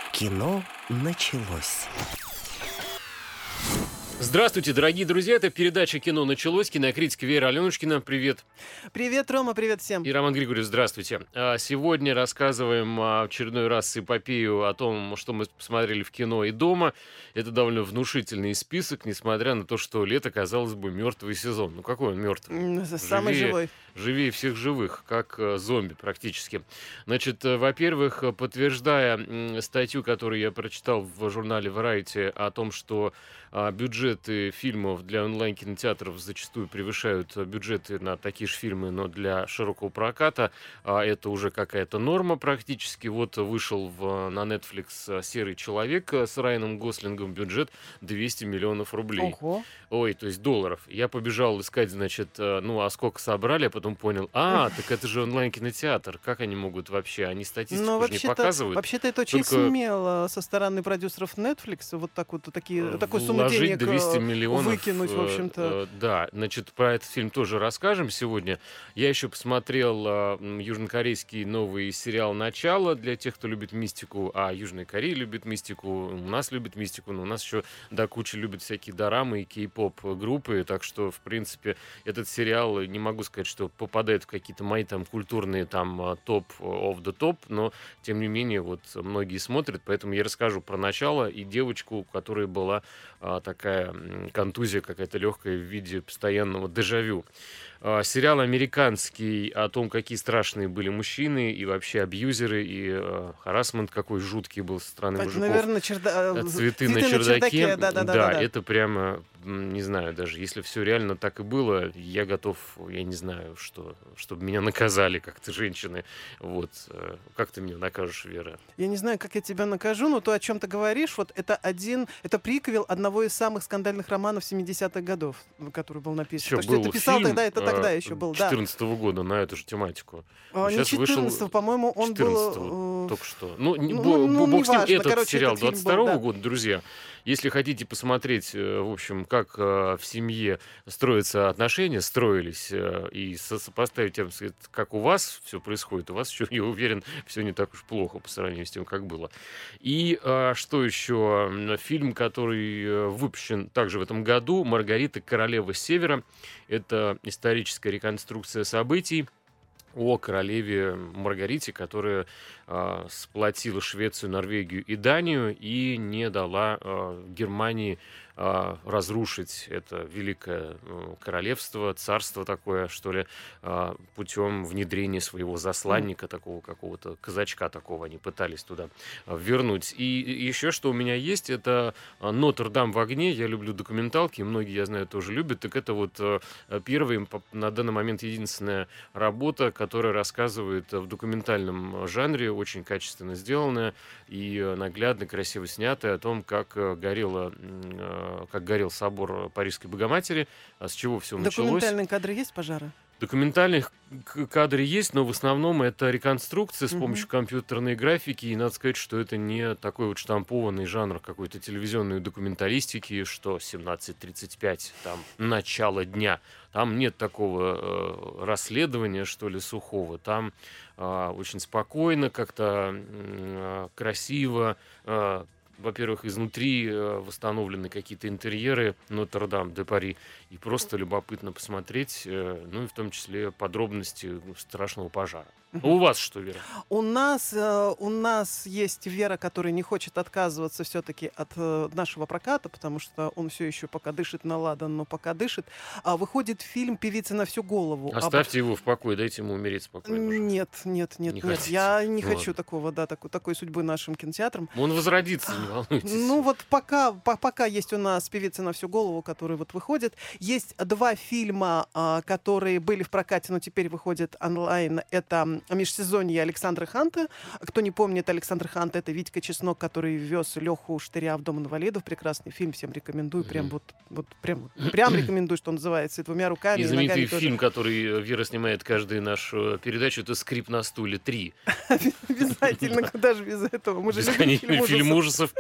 Кино началось. Здравствуйте, дорогие друзья, это передача «Кино началось», кинокритик Вера Аленушкина, привет. Привет, Рома, привет всем. И Роман Григорьев, здравствуйте. Сегодня рассказываем в очередной раз эпопею о том, что мы посмотрели в кино и дома. Это довольно внушительный список, несмотря на то, что лето, казалось бы, мертвый сезон. Ну какой он мертвый? Самый живой. Живее всех живых, как зомби практически. Значит, во-первых, подтверждая статью, которую я прочитал в журнале Variety о том, что бюджеты фильмов для онлайн-кинотеатров зачастую превышают бюджеты на такие же фильмы, но для широкого проката. Это уже какая-то норма практически. Вот вышел на Netflix «Серый человек» с Райаном Гослингом, бюджет 200 миллионов рублей. Ого. Ой, то есть долларов. Я побежал искать, значит, а сколько собрали, а потом понял, так это же онлайн-кинотеатр. Как они могут вообще? Они статистику же не показывают. Вообще-то это очень Только смело со стороны продюсеров Netflix вот так вот такую сумму вложить денег 200 миллионов, выкинуть, в общем-то. Да, значит, про этот фильм тоже расскажем сегодня. Я еще посмотрел южнокорейский новый сериал «Начало» для тех, кто любит мистику. А Южная Корея любит мистику, у нас любит мистику, но у нас еще до кучи любят всякие дорамы и кей-поп-группы. Так что, в принципе, этот сериал, не могу сказать, что попадает в какие-то мои там культурные там топ of the top, но, тем не менее, вот многие смотрят, поэтому я расскажу про «Начало» и девочку, у которой была такая контузия какая-то легкая в виде постоянного дежавю. Сериал американский о том, какие страшные были мужчины и вообще абьюзеры, и харассмент какой жуткий был со стороны мужиков. Наверное, Цветы на чердаке. Да. Это прямо, не знаю, даже если все реально так и было, я готов, я не знаю, чтобы меня наказали как-то женщины. Вот. Как ты меня накажешь, Вера? Я не знаю, как я тебя накажу, но то, о чем ты говоришь, вот это приквел одного из самых скандальных романов 70-х годов, который был написан. Еще был это писал фильм, тогда еще был, да. 14-го года на эту же тематику. Не 14-го, по-моему, он был... только что. бог с ним, этот сериал этот 22-го года, друзья. Если хотите посмотреть, в общем, как в семье строятся отношения, строились, и сопоставить, как у вас все происходит, у вас еще, я уверен, все не так уж плохо по сравнению с тем, как было. И что еще? Фильм, который выпущен также в этом году, «Маргарита, королева Севера». Это историческая реконструкция событий о королеве Маргарите, которая сплотила Швецию, Норвегию и Данию и не дала Германии разрушить это великое королевство, царство такое, что ли, путем внедрения своего засланника, такого какого-то казачка такого, они пытались туда вернуть. И еще что у меня есть, это «Нотр-Дам в огне». Я люблю документалки, многие, я знаю, тоже любят. Так это вот первая, на данный момент единственная работа, которая рассказывает в документальном жанре, очень качественно сделанная и наглядно, красиво снятая, о том, как горел собор Парижской Богоматери, с чего все началось. Документальные кадры есть пожара? Документальных кадры есть, но в основном это реконструкция с помощью компьютерной графики, и надо сказать, что это не такой вот штампованный жанр какой-то телевизионной документалистики, что 17:35, там, начало дня. Там нет такого расследования, что ли, сухого. Там очень спокойно, как-то красиво. Во-первых, изнутри восстановлены какие-то интерьеры Нотр-Дам-де-Пари. И просто любопытно посмотреть, ну и в том числе подробности страшного пожара. У вас что, Вера? У нас есть Вера, которая не хочет отказываться все-таки от нашего проката, потому что он все еще пока дышит на ладан, но пока дышит. Выходит фильм «Певица на всю голову». Оставьте его в покое, дайте ему умереть спокойно уже. Нет. Я не хочу такой судьбы нашим кинотеатрам. Он возродится, не волнуйтесь. Ну вот пока есть у нас «Певица на всю голову», который вот выходит. Есть два фильма, которые были в прокате, но теперь выходят онлайн. Это «Межсезонье» Александра Ханта. Кто не помнит, Александр Хант — это Витька Чеснок, который вез Леху Штыря в Дом инвалидов. Прекрасный фильм, всем рекомендую. Прям рекомендую, что называется, и двумя руками. И знаменитый ногами фильм, который Вера снимает каждую нашу передачу, это «Скрип на стуле 3». Обязательно, куда же без этого? Мы же любим Бесконечный фильм ужасов.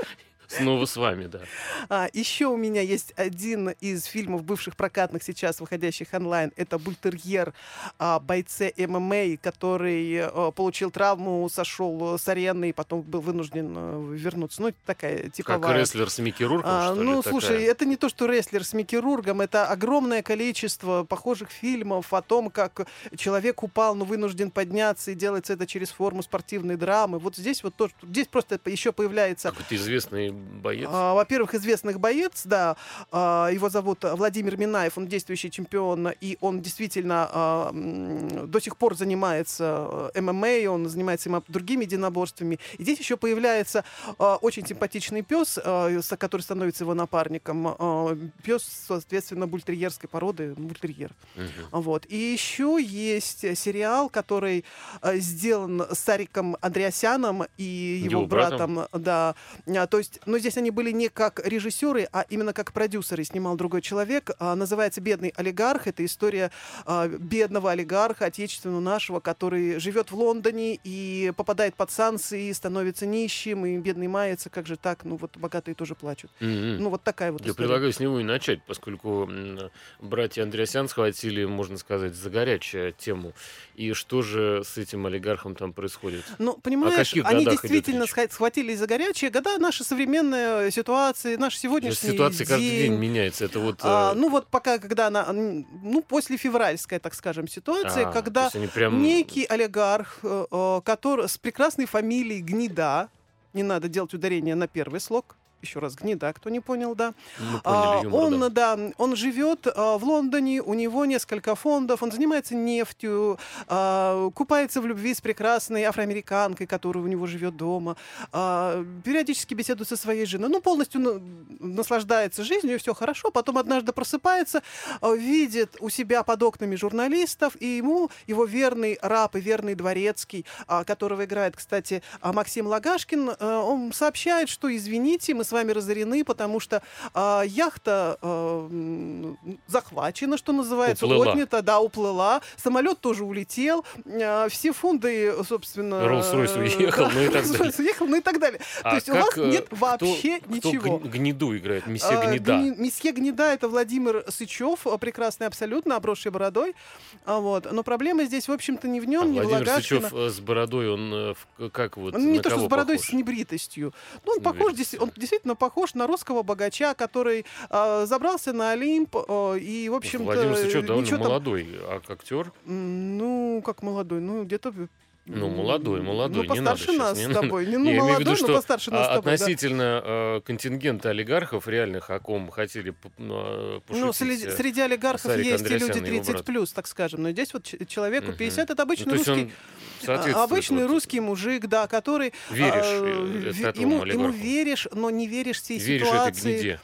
Снова с вами, да. Еще у меня есть один из фильмов бывших прокатных, сейчас выходящих онлайн. Это «Бультерьер» о бойце ММА, который получил травму, сошел с арены и потом был вынужден вернуться. Ну, это такая Как типовая. рестлер с Микки Рурком, что ли? Ну, слушай, Такая? это не то, что рестлер с Микки Рургом, это огромное количество похожих фильмов о том, как человек упал, но вынужден подняться, и делается это через форму спортивной драмы. Вот здесь вот то, здесь просто еще появляется... Какой-то известный боец. Во-первых, известных боец, да, его зовут Владимир Минаев, он действующий чемпион, и он действительно до сих пор занимается ММА, он занимается другими единоборствами. И здесь еще появляется очень симпатичный пес, который становится его напарником. Пес, соответственно, бультерьерской породы, бультерьер. Вот. И еще есть сериал, который сделан с Сариком Андреасяном и его братом. Да. То есть, но здесь они были не как режиссеры, а именно как продюсеры. Снимал другой человек. Называется «Бедный олигарх». Это история бедного олигарха, отечественного нашего, который живет в Лондоне и попадает под санкции, становится нищим, и бедный мается. Как же так? Ну вот богатые тоже плачут. Ну вот такая вот Я история. предлагаю с него и начать, поскольку братья Андреасян схватили, можно сказать, за горячую тему. И что же с этим олигархом там происходит? Ну, понимаешь, каких они годах идет действительно речь? схватились за горячие года. Наша современная ситуация, наш сегодняшний Ситуация каждый день день. меняется. Это вот... Ну вот пока, когда она, ну после февральская, так скажем, ситуация, то когда есть они прям... некий олигарх, который с прекрасной фамилией Гнида, не надо делать ударение на первый слог. Еще раз, Гнида, кто не понял, да. Мы поняли юмор, да. Он живет в Лондоне, у него несколько фондов, он занимается нефтью, купается в любви с прекрасной афроамериканкой, которая у него живет дома, периодически беседует со своей женой, ну, полностью наслаждается жизнью, и все хорошо. Потом однажды просыпается, видит у себя под окнами журналистов, и ему его верный раб и верный дворецкий, которого играет, кстати, Максим Лагашкин, он сообщает, что, извините, мы с вами разорены, потому что яхта захвачена, что называется, отнята, да, уплыла, самолет тоже улетел, все фонды, собственно... Роллс-Ройс уехал, ну и так далее. Уехал, ну и так далее. То есть у вас нет вообще ничего. Кто Гниду играет? Месье Гнида. Месье Гнида — это Владимир Сычев, прекрасный абсолютно, обросший бородой. Вот. Но проблема здесь, в общем-то, не в нем, не в Владимир Лагашкина. Сычев с бородой, он как вот, Не на то, что кого с бородой, похож? с небритостью. Ну, он похож, он действительно похож на русского богача, который забрался на Олимп и, в общем-то... Владимир Сычев довольно ничего там- молодой актер. Ну, как молодой, ну, где-то... Ну, молодой, Ну, не надо постарше сейчас. нас не с надо. тобой. Не, Ну, я имею в молодой, виду, но что постарше нас с тобой, да. относительно контингента олигархов реальных, о ком хотели Ну, пошутить. среди олигархов Сарик есть и Андреасян люди и его 30 брат. плюс, так скажем. Но здесь вот человеку Мгм. 50 это обычный Ну, то есть русский. он соответствует Обычный вот- русский мужик, да, который... Веришь этому ему олигарху? веришь, но не веришь всей Веришь этой ситуации. гниде.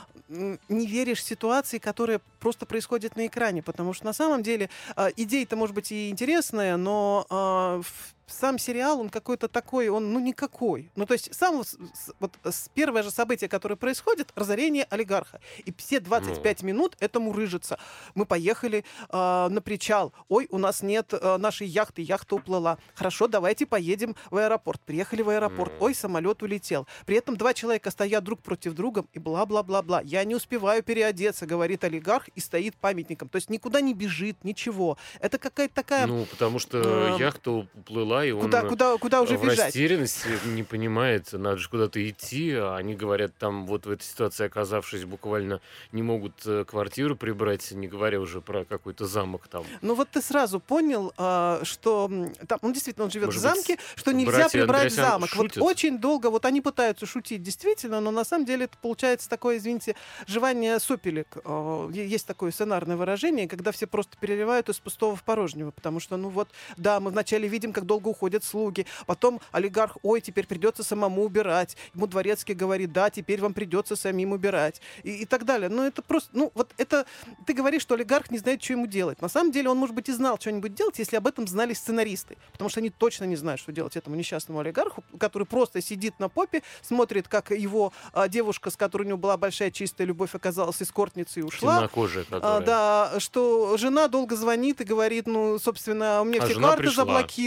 Не веришь ситуации, которая просто происходит на экране, потому что на самом деле идея-то может быть и интересная, но сам сериал, он какой-то такой, он, ну, никакой. Ну, то есть, первое же событие, которое происходит, разорение олигарха. И все 25 минут этому рыжится. Мы поехали на причал. Ой, у нас нет нашей яхты, яхта уплыла. Хорошо, давайте поедем в аэропорт. Приехали в аэропорт. Ой, самолет улетел. При этом два человека стоят друг против друга и бла-бла-бла-бла. Я не успеваю переодеться, говорит олигарх, и стоит памятником. То есть никуда не бежит, ничего. Это какая-то такая... Ну, потому что яхта уплыла, и он Куда уже в бежать? растерянности не понимает, надо же куда-то идти. А они говорят, там вот в этой ситуации, оказавшись, буквально не могут квартиру прибрать, не говоря уже про какой-то замок там. Ну вот ты сразу понял, что там, он действительно живет в Может замке, быть, что нельзя братья прибрать Андреасян замок. Вот шутят? очень долго, вот они пытаются шутить действительно, но на самом деле это получается такое, извините, жевание сопелек. Есть такое сценарное выражение, когда все просто переливают из пустого в порожнего, потому что, ну вот, да, мы вначале видим, как долго уходят слуги, потом олигарх, ой, теперь придется самому убирать. Ему дворецкий говорит, да, теперь вам придется самим убирать. И так далее. Но это просто, ну вот это, ты говоришь, что олигарх не знает, что ему делать. На самом деле он, может быть, и знал что-нибудь делать, если об этом знали сценаристы. Потому что они точно не знают, что делать этому несчастному олигарху, который просто сидит на попе, смотрит, как его девушка, с которой у него была большая чистая любовь, оказалась эскортницей и ушла. Темнокожая, которая. Да, что жена долго звонит и говорит, ну, собственно, у меня А все жена карты пришла. заблокированы.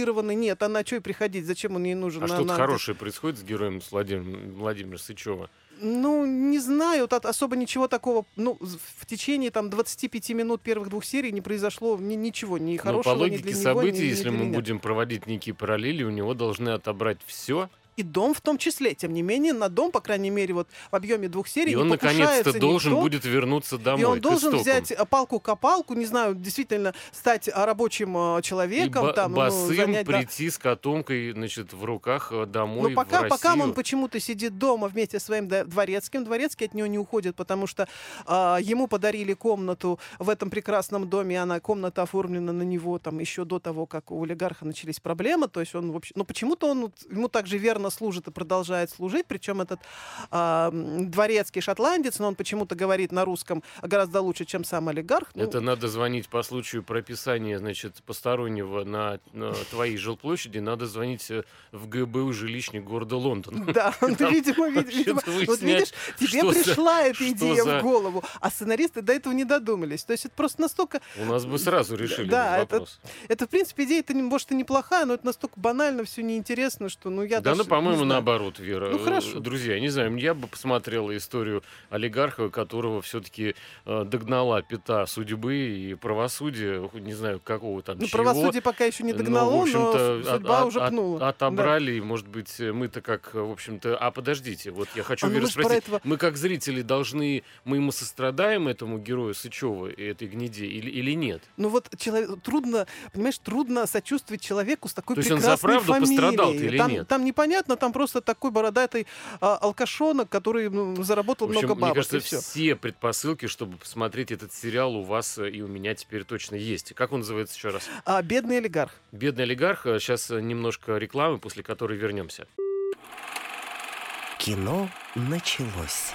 нет, она что и приходить, зачем он ей нужен? А Она- что-то она- хорошее происходит с героем с Владимира Сычева? Ну, не знаю, тут особо ничего такого, ну, в течение там 25 минут первых 2 серий не произошло ничего, ни Но по хорошего, ни логике для него, событий, ни если для мы меня. будем проводить некие параллели, у него должны отобрать все, И дом в том числе. Тем не менее, на дом, по крайней мере, вот в объеме 2 серий и не он наконец-то покушается должен никто. будет вернуться домой, И он к должен истокам. взять палку-копалку, не знаю, действительно стать рабочим И человеком, там, ну, босым занять, да. прийти с котомкой, значит, в руках Но домой, в пока Россию. он почему-то сидит дома вместе со своим дворецким. Дворецкий от него не уходит, потому что ему подарили комнату в этом прекрасном доме. Комната оформлена на него там еще до того, как у олигарха начались проблемы. То есть он, в общем, ну почему-то он ему так же верно служит и продолжает служить. Причем этот дворецкий шотландец, но он почему-то говорит на русском гораздо лучше, чем сам олигарх. Ну, Это надо звонить по случаю прописания, значит, постороннего на твоей жилплощади. Надо звонить в ГБУ жилищник города Лондон. да, ну, Там видимо, вообще-то вот выяснять, видишь, тебе что за- пришла эта что идея за- в голову, а сценаристы до этого не додумались. То есть это просто настолько... У нас бы сразу решили Да, этот вопрос. Это, в принципе, идея-то, может, и неплохая, но это настолько банально, все неинтересно, что, ну, я Да, даже ну, не по-моему, знаю. наоборот, Вера. Ну, хорошо. Друзья, не знаю, я бы посмотрел историю олигарха, которого все-таки догнала пята судьбы и правосудия, не знаю, какого там Ну, чего. правосудие пока еще не Но, догнало, в общем-то, но судьба уже пнула. отобрали, и, может быть, мы-то как, в общем-то... А подождите, вот я хочу А, ну, Веру мы ж про спросить. этого- Мы как зрители должны... Мы ему сострадаем, этому герою Сычева и этой гниде, или нет? Ну вот трудно, понимаешь, трудно сочувствовать человеку с такой То есть он прекрасной за правду фамилией. пострадал или там, нет? Там непонятно, там просто такой бородатый алкашонок, который заработал В общем, много мне бабок, кажется, и все. все предпосылки, чтобы посмотреть этот сериал, у вас и у меня теперь точно есть. Как он называется еще раз? Бедный олигарх. «Бедный олигарх». Сейчас немножко рекламы, после которой вернемся. Кино началось.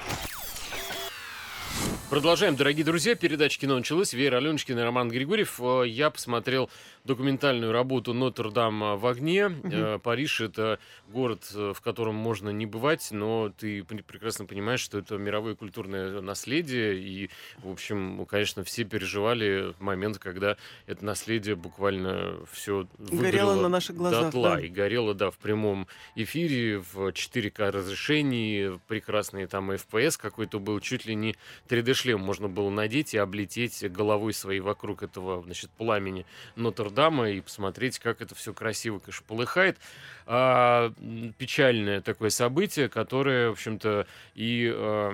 Продолжаем, дорогие друзья. Передача «Кино началось». Вера Аленочкина и Роман Григорьев. Я посмотрел документальную работу «Нотр-Дам в огне». Париж — это город, в котором можно не бывать, но ты прекрасно понимаешь, что это мировое культурное наследие. И, в общем, конечно, все переживали момент, когда это наследие буквально все Горело на наших глазах, дотла. да. И горело, да, в прямом эфире, в 4К разрешении. Прекрасный там FPS какой-то был, чуть ли не 3D-шлем можно было надеть и облететь головой своей вокруг этого, значит, пламени Нотр-Дама и посмотреть, как это все красиво, конечно, полыхает. Печальное такое событие, которое, в общем-то, и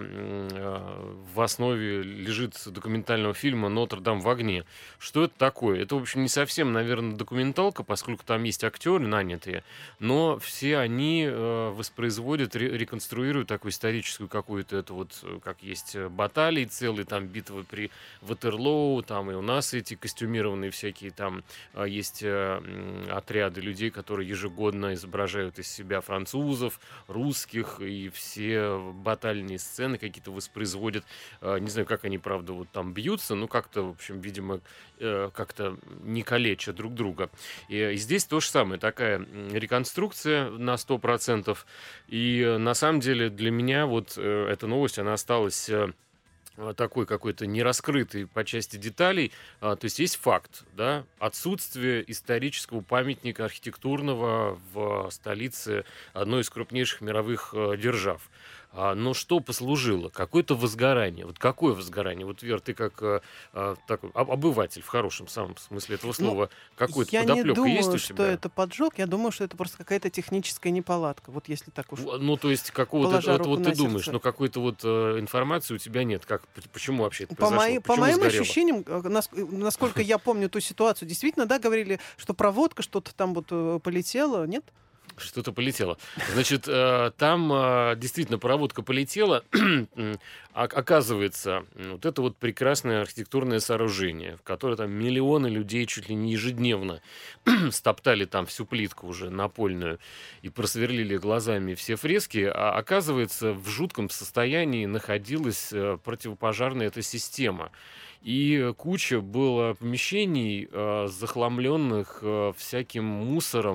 в основе лежит документального фильма «Нотр-Дам в огне». Что это такое? Это, в общем, не совсем, наверное, документалка, поскольку там есть актеры нанятые, но все они воспроизводят, реконструируют такую историческую какую-то, это вот, как есть баталии целые, там битвы при Ватерлоу, там и у нас эти костюмированные всякие, там есть отряды людей, которые ежегодно изображают из себя французов, русских, и все батальные сцены какие-то воспроизводят. Не знаю, как они, правда, вот там бьются, но как-то, в общем, видимо, как-то не калеча друг друга. И здесь то же самое, такая реконструкция на 100%. И на самом деле для меня вот эта новость, она осталась такой какой-то нераскрытый по части деталей. То есть есть факт, да, отсутствие исторического памятника архитектурного в столице одной из крупнейших мировых держав. Но что послужило? Какое-то возгорание. Вот какое возгорание? Вот, Вер, ты как такой обыватель в хорошем самом смысле этого слова, какой-то Я не подоплека есть думаю, у что тебя? это поджог, я думаю, что это просто какая-то техническая неполадка. Вот если так уж... Ну, то есть, какого-то, Положа вот, руку вот на ты думаешь, сердце. но какой-то вот информации у тебя нет. Почему вообще это По, произошло? по Почему моим сгорело? ощущениям, насколько я помню ту ситуацию, действительно, да, говорили, что проводка, что-то там вот полетело, нет? Что-то полетело. Значит, там действительно проводка полетела. Оказывается, вот это вот прекрасное архитектурное сооружение, в которое там миллионы людей чуть ли не ежедневно стоптали там всю плитку уже напольную и просверлили глазами все фрески, а оказывается, в жутком состоянии находилась противопожарная эта система. И куча было помещений, захламленных всяким мусором,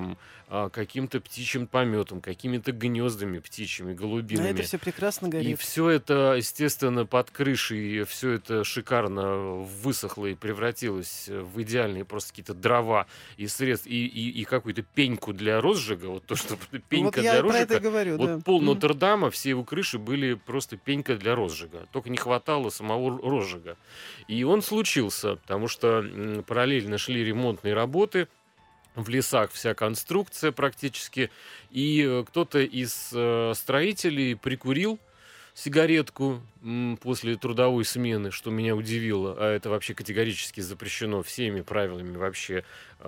каким-то птичьим пометом, какими-то гнездами птичьими, А это голубиными. все прекрасно И горит. все это, естественно, под крышей, все это шикарно высохло и превратилось в идеальные просто какие-то дрова и средств, и какую-то пеньку для розжига, вот то, что Вот пенька я для про это и розжига, говорю, да. вот пол Мгм. Нотр-Дама, все его крыши были просто пенька для розжига. Только не хватало самого розжига. И он случился, потому что параллельно шли ремонтные работы, в лесах вся конструкция практически, и кто-то из строителей прикурил сигаретку после трудовой смены, что меня удивило, а это вообще категорически запрещено всеми правилами вообще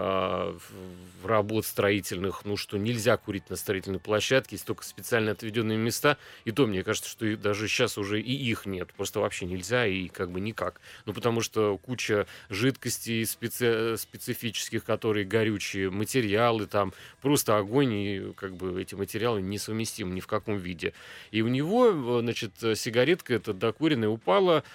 работ строительных, ну что нельзя курить на строительной площадке, есть только специально отведенные места, и то мне кажется, что даже сейчас уже и их нет, просто вообще нельзя и как бы никак, ну потому что куча жидкостей специфических, которые горючие, материалы там, просто огонь, и как бы эти материалы несовместимы ни в каком виде. И у него, значит, сигаретка эта докуренная упала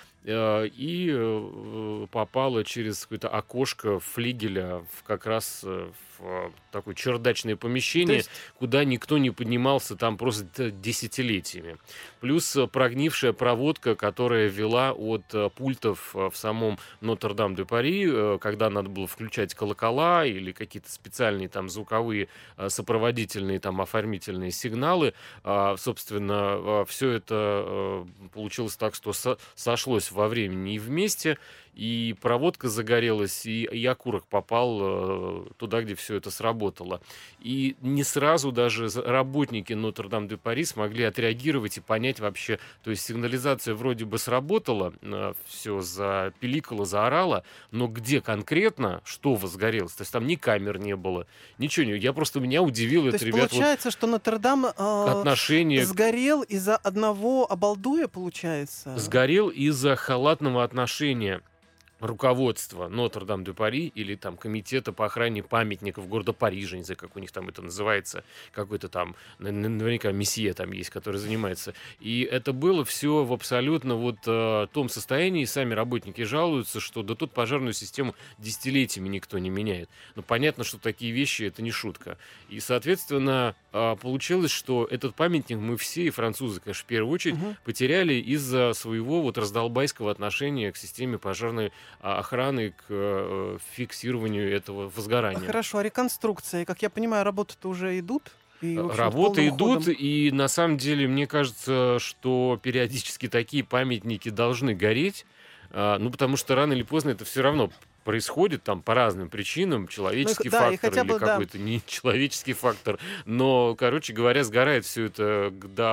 и попала через какое-то окошко флигеля как раз в такое чердачное То помещение, есть, куда никто не поднимался там просто десятилетиями. Плюс прогнившая проводка, которая вела от пультов в самом Нотр-Дам-де-Пари, когда надо было включать колокола или какие-то специальные там звуковые сопроводительные там оформительные сигналы, собственно, все это получилось так, что сошлось во времени и вместе, и проводка загорелась, и окурок попал туда, где все это сработало. И не сразу даже работники Нотр-Дам-де-Пари смогли отреагировать и понять вообще, то есть сигнализация вроде бы сработала, все запиликало, заорало, но где конкретно, что возгорелось, то есть там ни камер не было, ничего не... Я просто, меня удивило то это, есть ребят, вот получается, что Нотр-Дам отношение сгорел из-за одного обалдуя, получается? сгорел из-за халатного отношения руководства Нотр-Дам-де-Пари или там комитета по охране памятников города Парижа, не знаю, как у них там это называется, какой-то там, наверняка месье там есть, который занимается. И это было все в абсолютно вот том состоянии, и сами работники жалуются, что да тут пожарную систему десятилетиями никто не меняет. Но понятно, что такие вещи это не шутка. И, соответственно, получилось, что этот памятник мы все, и французы, конечно, в первую очередь, Мгм. потеряли из-за своего вот раздолбайского отношения к системе пожарной охраны, к фиксированию этого возгорания. Хорошо, а реконструкция, как я понимаю, работы-то уже идут? И, в общем-то, Работы полным идут, ходом. и на самом деле мне кажется, что периодически такие памятники должны гореть, ну потому что рано или поздно это все равно происходит там по разным причинам, человеческий Да, и фактор хотя или бы, да. какой-то нечеловеческий фактор, но, короче говоря, сгорает все это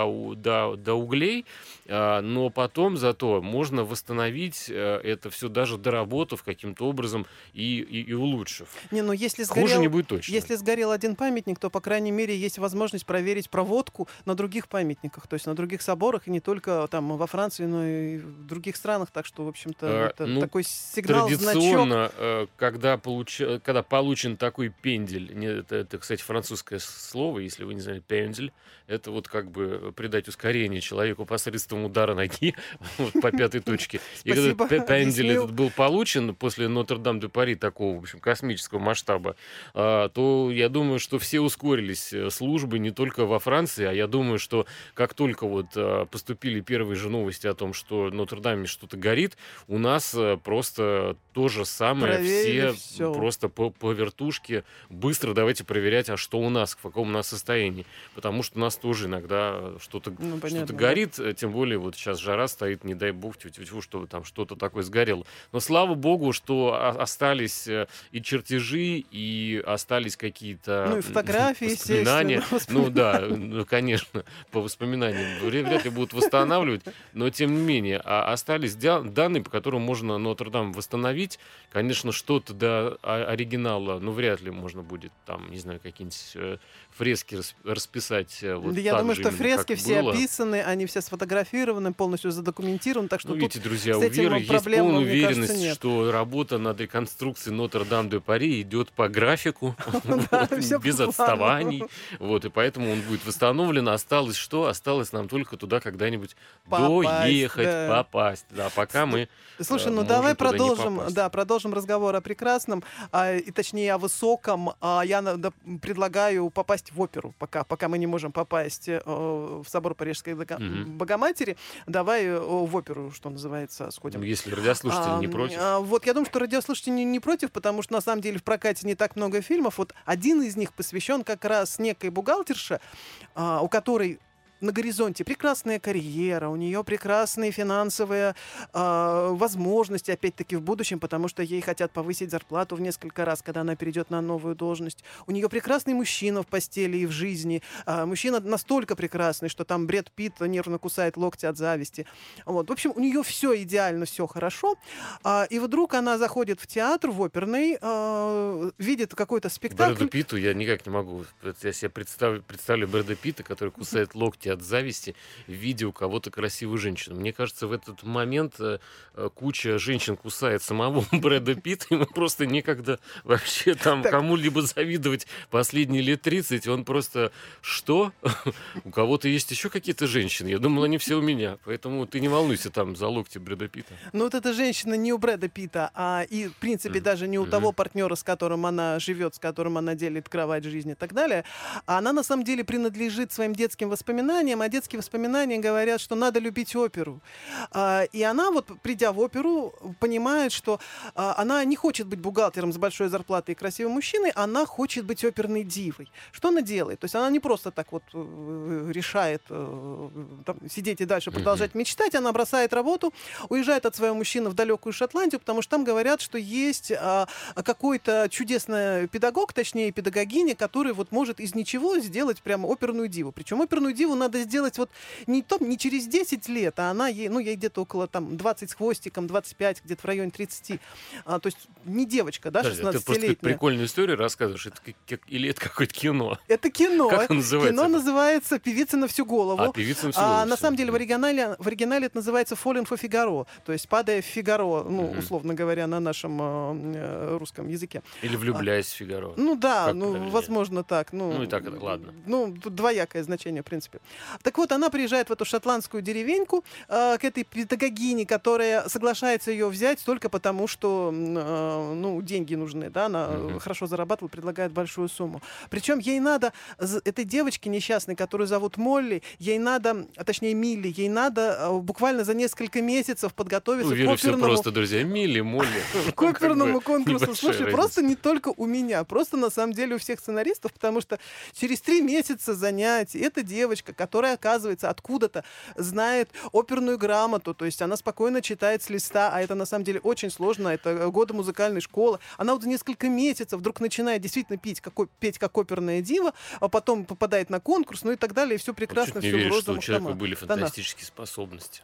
до углей, но потом зато можно восстановить это все, даже доработав каким-то образом и улучшив. Не, ну если Хуже не сгорел, будет точно. если сгорел один памятник, то, по крайней мере, есть возможность проверить проводку на других памятниках, то есть на других соборах, и не только там во Франции, но и в других странах. Так что, в общем-то, это Ну, такой сигнал, значок. традиционно, когда получен такой пендель, это, кстати, французское слово, если вы не знали, пендель, это вот как бы придать ускорение человеку посредством удара ноги вот, по пятой точке. И когда Спасибо, пендель объяснил. этот был получен после Нотр-Дам-де-Пари, такого, в общем, космического масштаба, то я думаю, что все ускорились службы не только во Франции, а я думаю, что как только вот поступили первые же новости о том, что в Нотр-Даме что-то горит, у нас просто то же самое, Проверили все всё. просто по вертушке быстро давайте проверять, а что у нас, в каком у нас состоянии. Потому что у нас тоже иногда что-то Ну, понятно, да. горит, тем более вот сейчас жара стоит, не дай бог, тьфу-тьфу-тьфу, чтобы там что-то такое сгорело. Но слава богу, что остались и чертежи, и остались какие-то Ну и фотографии, воспоминания. естественно. Ну да, ну, конечно, по воспоминаниям вряд ли будут восстанавливать, но тем не менее, остались данные, по которым можно Нотр-Дам восстановить. Конечно, что-то до оригинала, ну, вряд ли можно будет там, не знаю, какие-нибудь фрески расписать вот Да, я так думаю, же что именно, фрески как все было. описаны, они все сфотографированы, полностью задокументированы, так что Ну, тут видите, друзья, с у этим Веры есть проблем, полная мне кажется, уверенность, нет. что работа над реконструкцией Нотр-Дам-де-Пари идет по графику, Да, вот, всё по без плану. отставаний. Вот, и поэтому он будет восстановлен. Осталось что? Осталось нам только туда когда-нибудь Попасть, доехать, да. попасть. Да, пока мы Слушай, ну можем давай туда не продолжим, попасть. да, продолжим продолжим разговор о прекрасном, и точнее о высоком. Я предлагаю попасть в оперу, пока мы не можем попасть в собор Парижской Богоматери. Давай в оперу, что называется, сходим. Если радиослушатели не против. Вот я думаю, что радиослушатели не против, потому что на самом деле в прокате не так много фильмов. Вот один из них посвящен как раз некой бухгалтерше, у которой на горизонте прекрасная карьера, у нее прекрасные финансовые возможности, опять-таки, в будущем, потому что ей хотят повысить зарплату в несколько раз, когда она перейдет на новую должность. У нее прекрасный мужчина в постели и в жизни. Мужчина настолько прекрасный, что там Брэд Питт нервно кусает локти от зависти. Вот. В общем, у нее все идеально, все хорошо. И вдруг она заходит в театр, в оперный, видит какой-то спектакль. Брэду Питту я никак не могу. Я себе представлю Брэда Питта, который кусает локти от зависти в виде у кого-то красивой женщины. Мне кажется, в этот момент куча женщин кусает самого Брэда Питта, ему просто некогда вообще там кому-либо завидовать последние лет 30. Он просто, что? У кого-то есть еще какие-то женщины? Я думал, они все у меня. Поэтому ты не волнуйся там за локти Брэда Питта. Ну вот эта женщина не у Брэда Питта, и, в принципе, даже не у того партнера, с которым она живет, с которым она делит кровать, жизнь и так далее. Она, на самом деле, принадлежит своим детским воспоминаниям, а детские воспоминания говорят, что надо любить оперу. И она, вот придя в оперу, понимает, что она не хочет быть бухгалтером с большой зарплатой и красивым мужчиной, она хочет быть оперной дивой. Что она делает? То есть она не просто так вот решает там, сидеть и дальше продолжать мечтать, она бросает работу, уезжает от своего мужчины в далекую Шотландию, потому что там говорят, что есть какой-то чудесный педагог, точнее педагогиня, который вот может из ничего сделать прямо оперную диву. Причем оперную диву надо сделать вот не через 10 лет, а она ей где-то около там 20 с хвостиком, 25, где-то в районе 30. То есть не девочка, да, 16-летняя. Ты просто прикольную историю рассказываешь, или это какое-то кино? Это кино. Как оно называется? Кино называется «Певица на всю голову». «Певица на всю голову». На самом деле в оригинале это называется «Falling for Figaro», то есть «Падая в Фигаро», условно говоря, на нашем русском языке. Или «Влюбляясь в Фигаро». Ну да, возможно так. Ну и так, ладно. Тут двоякое значение, в принципе. Так вот, она приезжает в эту шотландскую деревеньку к этой педагогине, которая соглашается ее взять только потому, что деньги нужны, да, она хорошо зарабатывала, предлагает большую сумму. Причем ей надо, этой девочке несчастной, которую зовут Молли, ей надо, точнее Милли, ей надо буквально за несколько месяцев подготовиться к оперному... все просто, друзья. Милли, Молли. К оперному конкурсу. Слушай, просто не только у меня, просто на самом деле у всех сценаристов, потому что через 3 месяца занятий эта девочка, которая, оказывается, откуда-то знает оперную грамоту, то есть она спокойно читает с листа, а это на самом деле очень сложно, это годы музыкальной школы. Она вот за несколько месяцев вдруг начинает действительно петь как оперная дива, а потом попадает на конкурс, ну и так далее, и все прекрасно, все в розовом. Что у человека были фантастические способности.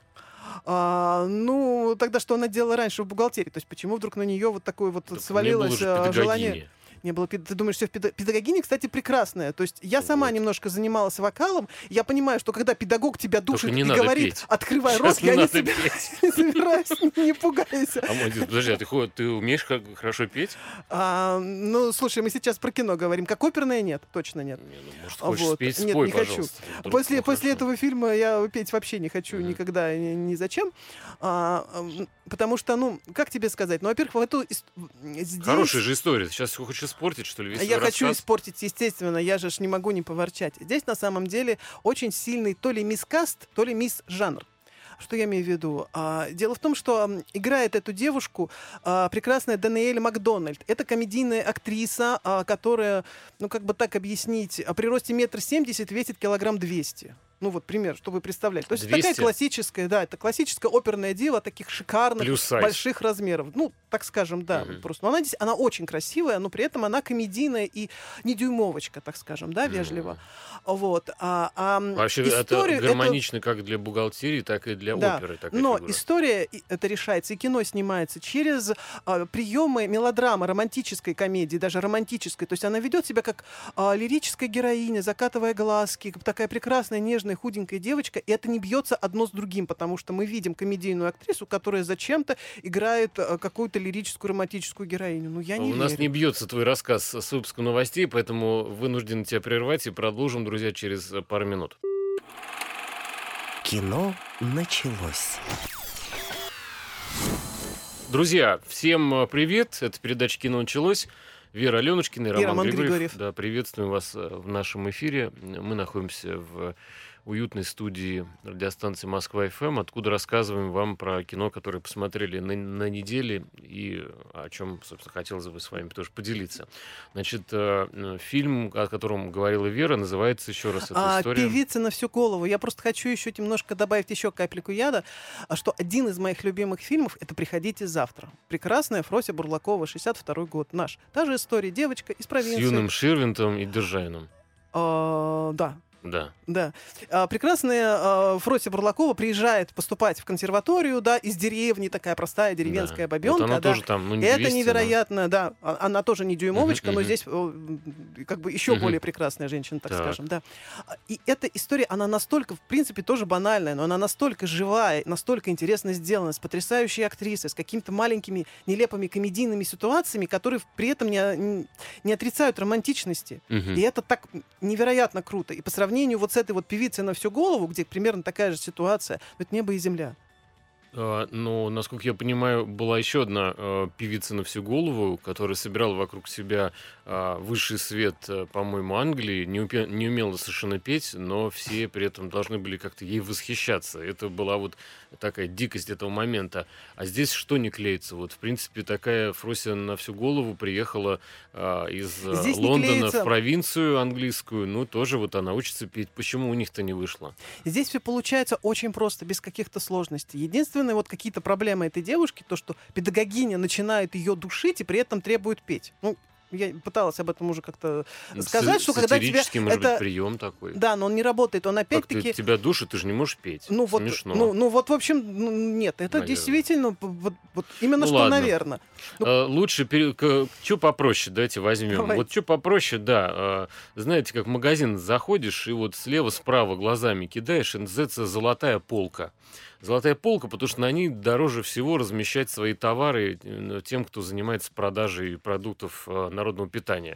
Тогда что она делала раньше в бухгалтерии? То есть почему вдруг на нее вот такое вот свалилось желание... Не было. Ты думаешь, что педагогиня, кстати, прекрасная. То есть я сама немножко занималась вокалом. Я понимаю, что когда педагог тебя душит и говорит, петь. Открывай рот, я не собираюсь, не пугайся. Подожди, ты умеешь хорошо петь? Слушай, мы сейчас про кино говорим. Как оперное нет, точно нет. Может, хочешь спеть? Спой, не хочу. После этого фильма я петь вообще не хочу никогда, ни зачем. Потому что, как тебе сказать? Во-первых, здесь... Хорошая же история. Ты сейчас хочешь испортить, что ли, весь Я рассказ? хочу испортить, естественно. Я же не могу не поворчать. Здесь, на самом деле, очень сильный то ли мисс-каст, то ли мисс-жанр. Что я имею в виду? Дело в том, что играет эту девушку прекрасная Даниэль Макдональд. Это комедийная актриса, которая, как бы так объяснить, при росте 1,70 м весит 200 килограмм. Пример, чтобы представлять. То есть 200? такая классическая, это классическая оперная дива таких шикарных, больших размеров. Так скажем, да. Просто. Но она очень красивая, но при этом она комедийная и не дюймовочка, так скажем, вежливо. Вот. Вообще это гармонично как для бухгалтерии, так и для оперы. Но история это решается, и кино снимается через приемы мелодрамы, романтической комедии, даже романтической. То есть она ведет себя как лирическая героиня, закатывая глазки, такая прекрасная, нежная, худенькая девочка, и это не бьется одно с другим, потому что мы видим комедийную актрису, которая зачем-то играет какую-то лирическую, романтическую героиню. Я не верю. У нас не бьется твой рассказ с выпуском новостей, поэтому вынужден тебя прервать и продолжим, друзья, через пару минут. Кино началось. Друзья, всем привет. Это передача «Кино началось». Вера Аленушкина и Роман Григорьев. Да, приветствуем вас в нашем эфире. Мы находимся в уютной студии радиостанции «Москва-ФМ», откуда рассказываем вам про кино, которое посмотрели на неделе и о чем, собственно, хотелось бы с вами тоже поделиться. Значит, фильм, о котором говорила Вера, называется еще раз эта история. «Певица на всю голову». Я просто хочу еще немножко добавить еще капельку яда, что один из моих любимых фильмов — это «Приходите завтра». Прекрасная Фрося Бурлакова, 62-й год, наш. Та же история, девочка из провинции. С Юным Ширвинтом и Держайном. Да. Да. Прекрасная Фрося Бурлакова приезжает поступать в консерваторию, да, из деревни, такая простая деревенская бабенка. Вот она да. тоже там, не 200, это невероятно, да. Она тоже не дюймовочка, но здесь как бы еще более прекрасная женщина, так скажем, да. И эта история, она настолько, в принципе, тоже банальная, но она настолько живая, настолько интересно сделана, с потрясающей актрисой, с какими-то маленькими нелепыми комедийными ситуациями, которые при этом не отрицают романтичности. И это так невероятно круто. И по сравнению вот с этой вот «Певицей на всю голову», где примерно такая же ситуация, это небо и земля. Но, насколько я понимаю, была еще одна певица на всю голову, которая собирала вокруг себя высший свет, по-моему, Англии, не умела совершенно петь, но все при этом должны были как-то ей восхищаться. Это была вот такая дикость этого момента. А здесь что не клеится? Вот, в принципе, такая Фрося на всю голову приехала из Здесь Лондона в провинцию английскую, ну, тоже вот она учится петь. Почему у них-то не вышло? Здесь все получается очень просто, без каких-то сложностей. Единственное, вот какие-то проблемы этой девушки, то, что педагогиня начинает ее душить и при этом требует петь. Ну, я пыталась об этом уже как-то сказать, что когда тебя... может быть, прием такой. Да, но он не работает, он опять-таки... Как тебя душит, ты же не можешь петь. Ну, вот, смешно. Вот, в общем, нет, это наверное. Действительно, вот именно что, ладно. наверное. Лучше, что попроще, давайте возьмем. Давай. Вот что попроще, да. Знаете, как в магазин заходишь, и вот слева-справа глазами кидаешь, и называется «Золотая полка». Золотая полка, потому что на ней дороже всего размещать свои товары тем, кто занимается продажей продуктов народного питания.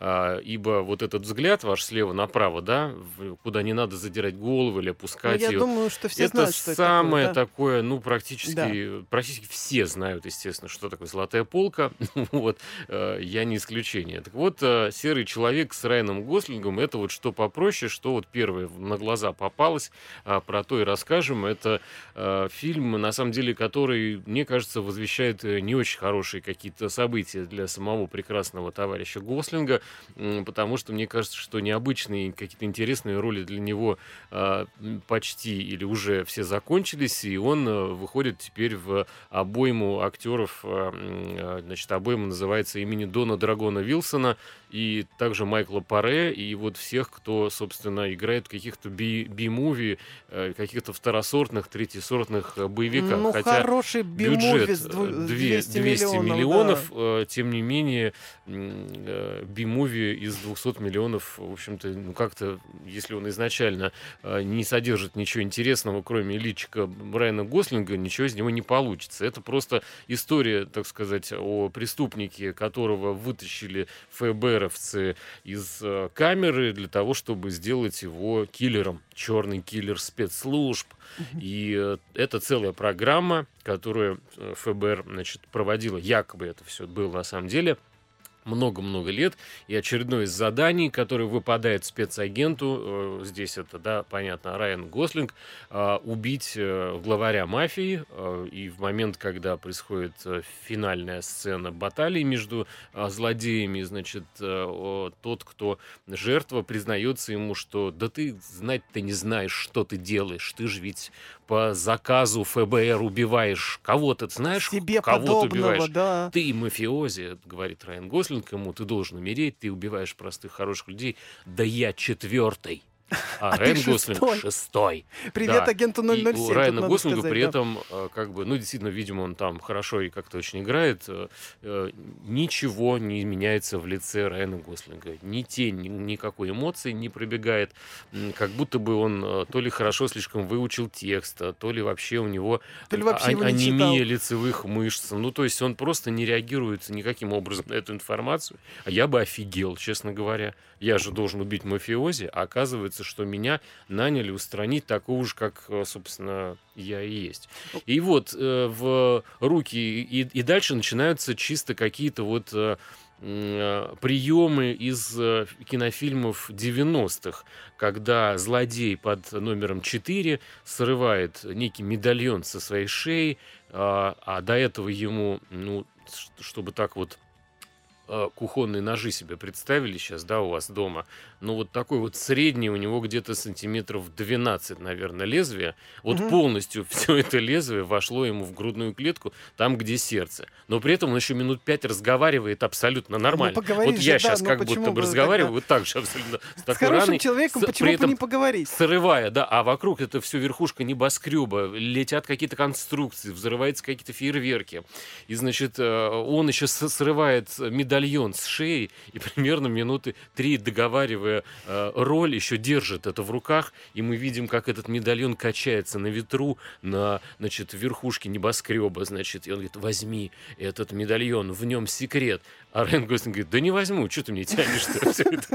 Ибо вот этот взгляд ваш слева направо, да, куда не надо задирать голову или опускать ее. Я думаю, что все это знают, что самое это такое, такое, ну, практически все знают, естественно, что такое золотая полка. Вот, я не исключение. Так вот, «Серый человек» с Райаном Гослингом — это вот что попроще, что вот первое на глаза попалось, про то и расскажем. Это фильм, на самом деле, который, мне кажется, возвещает не очень хорошие какие-то события для самого прекрасного товарища Гослинга, потому что мне кажется, что необычные, какие-то интересные роли для него почти или уже все закончились, и он выходит теперь в обойму актеров, значит, обойма называется «Имени Дона Драгона Вилсона», и также Майкла Паре, и вот всех, кто, собственно, играет в каких-то би-муви, каких-то второсортных, третьесортных боевиках. Ну, хотя хороший би-муви с 200 миллионов, да. Тем не менее, би-муви из 200 миллионов, в общем-то, ну, как-то, если он изначально не содержит ничего интересного, кроме личика Райана Гослинга, ничего из него не получится. Это просто история, так сказать, о преступнике, которого вытащили ФБРовцы из камеры для того, чтобы сделать его киллером. Черный киллер спецслужб. И это целая программа, которую ФБР, значит, проводила. Якобы это все было на самом деле много-много лет, и очередное из заданий, которое выпадает спецагенту, здесь это, да, понятно, Райан Гослинг, убить главаря мафии, и в момент, когда происходит финальная сцена баталии между злодеями, значит, тот, кто жертва, признается ему, что да ты знать-то не знаешь, что ты делаешь, ты же ведь по заказу ФБР убиваешь кого-то, ты знаешь, себе кого ты подобного, убиваешь? Да. Ты мафиози, говорит Райан Гослинг ему, ты должен умереть, ты убиваешь простых, хороших людей. Да я четвертый. А Райан Гослинг шестой. Привет, да. агенту 007. И у Райана Гослинга сказать, при да. этом, как бы, ну, действительно, видимо, он там хорошо и как-то очень играет. Ничего не меняется в лице Райана Гослинга. Ни тень, никакой эмоции не пробегает. Как будто бы он то ли хорошо слишком выучил текст, то ли вообще у него анемия лицевых мышц. Ну, то есть он просто не реагирует никаким образом на эту информацию. А я бы офигел, честно говоря. Я же должен убить мафиози, а оказывается, кажется, что меня наняли устранить такого же, как, собственно, я и есть. И вот в руки и дальше начинаются чисто какие-то вот приемы из кинофильмов 90-х, когда злодей под номером 4 срывает некий медальон со своей шеи, а до этого ему, ну, чтобы так вот кухонные ножи себе представили сейчас, да, у вас дома, ну, вот такой вот средний у него где-то сантиметров 12, наверное, лезвие. Вот полностью все это лезвие вошло ему в грудную клетку, там, где сердце. Но при этом он еще минут 5 разговаривает абсолютно нормально. Вот я сейчас как будто бы разговариваю вот так же абсолютно. С такой хорошим раной, человеком почему бы не поговорить? срывая, да, а вокруг это все верхушка небоскреба, летят какие-то конструкции, взрываются какие-то фейерверки. И, значит, он еще срывает медальон с шеи и примерно минуты 3, договаривая роль, еще держит это в руках, и мы видим, как этот медальон качается на ветру, на, значит, верхушке небоскреба, значит, и он говорит: возьми этот медальон, в нем секрет. А Райан Гослинг говорит: да не возьму, что ты мне тянешь-то? Всё это.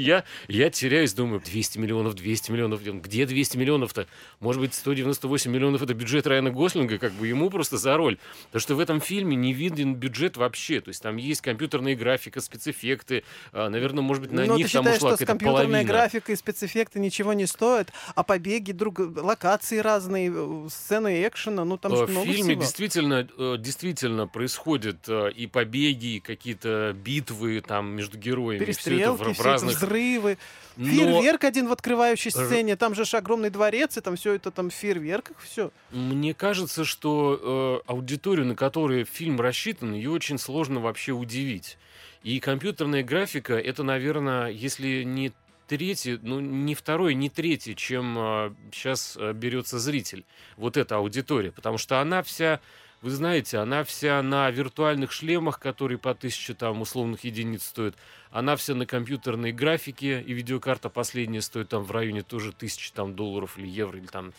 Я теряюсь, думаю, 200 миллионов, 200 миллионов. Где 200 миллионов-то? Может быть, 198 миллионов — это бюджет Райана Гослинга, как бы ему просто за роль. Потому что в этом фильме не виден бюджет вообще. То есть там есть компьютерная графика, спецэффекты. Наверное, может быть, на Но них ты там считаешь, ушла что с какая-то компьютерной половина. графикой и спецэффекты ничего не стоят, а побеги, локации разные, сцены экшена, ну там же В много фильме всего. действительно происходят и побеги, и какие-то битвы там между героями. Всё это Перестрелки, в все это разных... взрывы. Но Фейерверк один в открывающей сцене, там же огромный дворец, и там все это там в фейерверках, все. мне кажется, что аудиторию, на которую фильм рассчитан, ее очень сложно вообще удивить. И компьютерная графика — это, наверное, если не третий, ну, не второй, не третий, чем сейчас берется зритель. Вот эта аудитория. Потому что она вся, вы знаете, она вся на виртуальных шлемах, которые по 1000 там условных единиц стоят. Она вся на компьютерной графике, и видеокарта последняя стоит там в районе тоже 1000 там долларов или евро, или там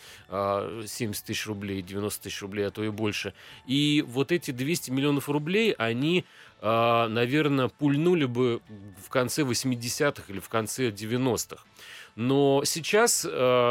70 тысяч рублей, 90 тысяч рублей, а то и больше. И вот эти 200 миллионов рублей, они, наверное, пульнули бы в конце 80-х или в конце 90-х. Но сейчас,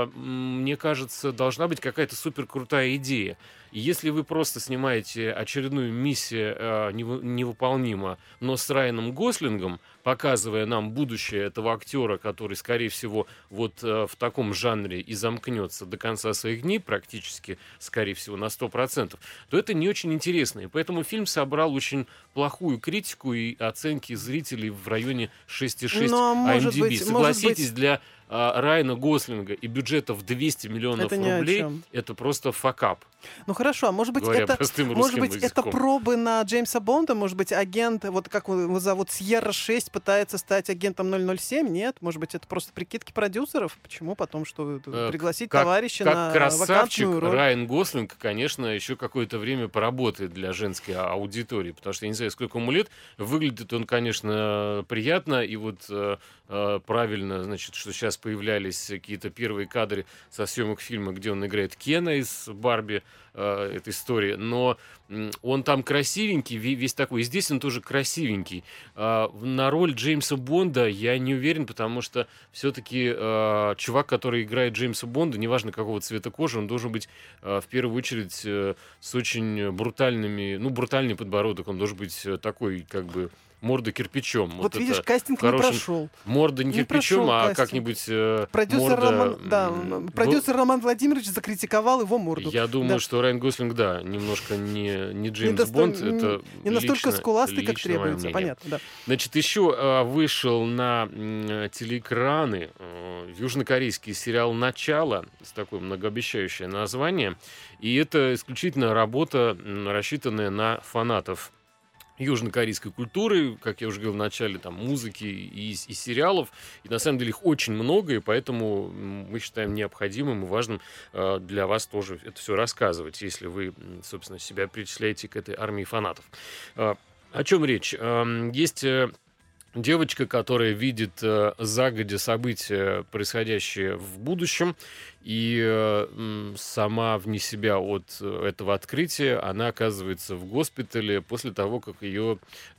мне кажется, должна быть какая-то суперкрутая идея. И если вы просто снимаете очередную миссию невыполнима, но с Райаном Гослингом, показывая нам будущее этого актера, который, скорее всего, вот в таком жанре и замкнется до конца своих дней, практически, скорее всего, на 100%, то это не очень интересно. И поэтому фильм собрал очень плохую критику и оценки зрителей в районе 6,6 Но, может IMDb. быть, Согласитесь, для Райана Гослинга и бюджета в 200 миллионов это ни о рублей чем. это просто факап. Ну хорошо, а может быть, Говоря это, простым может русским быть, это языком. пробы на Джеймса Бонда? Может быть, агент, вот как его зовут, Сьерра-6 пытается стать агентом 007? Нет? Может быть, это просто прикидки продюсеров? Почему потом, что пригласить товарища Как на красавчик, вакантную роль? Райан Гослинг, конечно, еще какое-то время поработает для женской аудитории, потому что я не знаю, сколько ему лет. Выглядит он, конечно, приятно, и вот правильно, значит, что сейчас появлялись какие-то первые кадры со съемок фильма, где он играет Кена из «Барби», этой истории, но он там красивенький, весь такой, и здесь он тоже красивенький. На роль Джеймса Бонда я не уверен, потому что все-таки чувак, который играет Джеймса Бонда, неважно какого цвета кожи, он должен быть в первую очередь с очень брутальными, ну, брутальный подбородок, он должен быть такой, как бы, морда кирпичом. Вот видишь, это кастинг не хорошим... прошел. Морда не Не кирпичом, прошел а кастинг. как-нибудь Продюсер, морда... продюсер Роман Владимирович закритиковал его морду. Я думаю, Да. что Райан Гослинг, да, немножко не Джеймс Недосто- Бонд. Это не настолько лично- скуластый, как лично мое требуется. мнение. Понятно, да. Значит, еще вышел на телеэкраны южнокорейский сериал «Начало», с такое многообещающее название. И это исключительно работа, рассчитанная на фанатов южнокорейской культуры, как я уже говорил в начале, там, музыки и сериалов. И на самом деле их очень много, и поэтому мы считаем необходимым и важным для вас тоже это все рассказывать, если вы, собственно, себя причисляете к этой армии фанатов. О чем речь? Есть девочка, которая видит загодя события, происходящие в будущем, И сама вне себя от этого открытия она оказывается в госпитале после того, как ее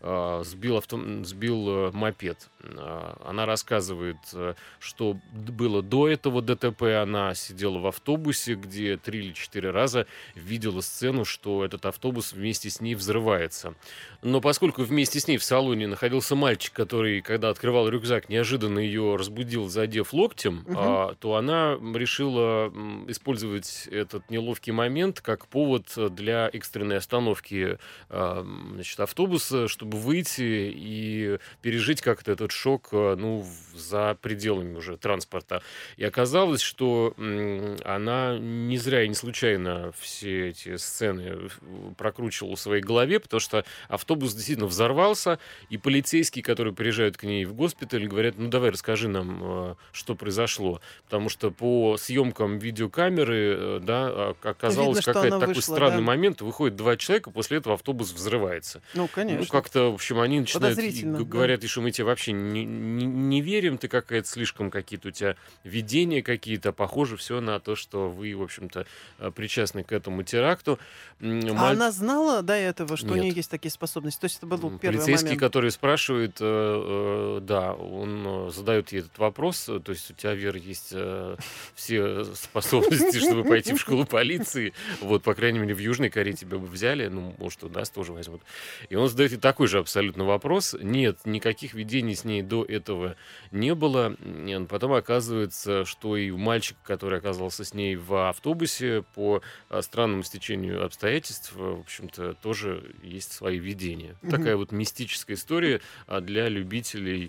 сбил мопед. Она рассказывает, что было до этого ДТП. Она сидела в автобусе, где 3 или 4 раза видела сцену, что этот автобус вместе с ней взрывается. Но поскольку вместе с ней в салоне находился мальчик, который, когда открывал рюкзак, неожиданно ее разбудил, задев локтем, то она решила использовать этот неловкий момент как повод для экстренной остановки автобуса, чтобы выйти и пережить как-то этот шок за пределами уже транспорта. И оказалось, что она не зря и не случайно все эти сцены прокручивала в своей голове, потому что автобус действительно взорвался, и полицейские, которые приезжают к ней в госпиталь, говорят: ну давай расскажи нам, что произошло. Потому что по съемкам видеокамеры, оказалось, видно, какой-то такой вышла, странный да. момент. Выходит 2 человека, после этого автобус взрывается. Ну, конечно. Как-то, в общем, они начинают Подозрительно, да. говорят, что мы тебе вообще не верим, ты какая-то слишком какие-то у тебя видения какие-то, похоже все на то, что вы, в общем-то, причастны к этому теракту. А она знала до этого, что у Нет. нее есть такие способности? То есть это был первый Полицейский, момент? который спрашивает, да, он задает ей этот вопрос, то есть у тебя, Вера, есть все способности, чтобы пойти в школу полиции, вот, по крайней мере, в Южной Корее тебя бы взяли, ну, может, у нас тоже возьмут. И он задает ей такой же абсолютно вопрос. Нет, никаких видений с ней до этого не было. Потом оказывается, что и у мальчика, который оказался с ней в автобусе, по странному стечению обстоятельств, в общем-то, тоже есть свои видения. Такая вот мистическая история для любителей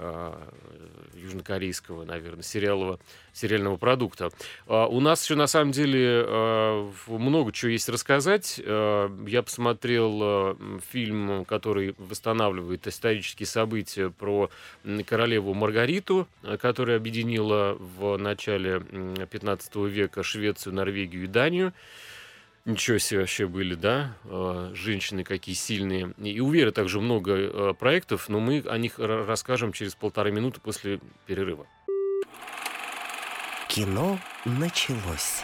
южнокорейского, наверное, сериального продукта. У нас еще, на самом деле, много чего есть рассказать. Я посмотрел фильм, который восстанавливает исторические события про королеву Маргариту, которая объединила в начале 15 века Швецию, Норвегию и Данию. Ничего себе вообще были, да? Женщины какие сильные. И у Веры также много проектов, но мы о них расскажем через 1,5 минуты после перерыва. Кино началось.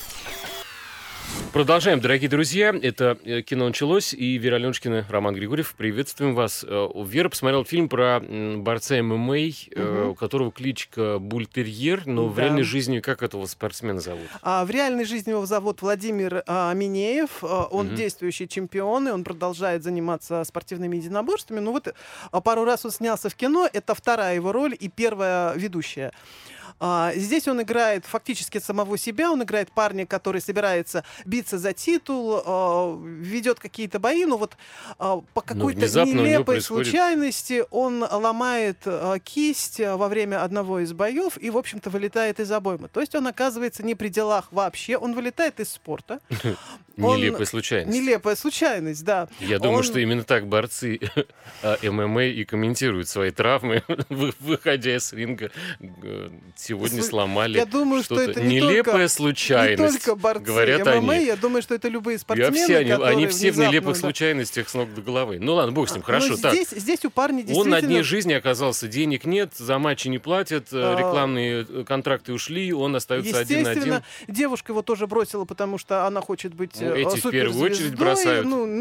Продолжаем, дорогие друзья. Это «Кино началось» и Вера Аленушкина, Роман Григорьев. Приветствуем вас. Вера посмотрела фильм про борца ММА, у которого кличка Бультерьер, но в реальной жизни как этого спортсмена зовут? В реальной жизни его зовут Владимир Минеев. Он действующий чемпион, и он продолжает заниматься спортивными единоборствами. Ну вот пару раз он снялся в кино. Это вторая его роль и первая ведущая. Здесь он играет фактически самого себя, он играет парня, который собирается биться за титул, ведет какие-то бои, но вот по какой-то нелепой случайности он ломает кисть во время одного из боев и, в общем-то, вылетает из обоймы. То есть он оказывается не при делах вообще, он вылетает из спорта. Нелепая случайность. Нелепая случайность, да. Я думаю, что именно так борцы ММА и комментируют свои травмы, выходя с ринга. Сегодня сломали. Я думаю, что это нелепая случайность. Не только борцы говорят ММА, они. Я думаю, что это любые спортсмены, они все в нелепых случайностях с ног до головы. Ну ладно, бог с ним, хорошо. Так. Здесь у парня действительно... Он на дне жизни оказался, денег нет, за матчи не платят, рекламные контракты ушли, он остается один-один. Естественно, девушка его тоже бросила, потому что она хочет быть эти в первую очередь бросают.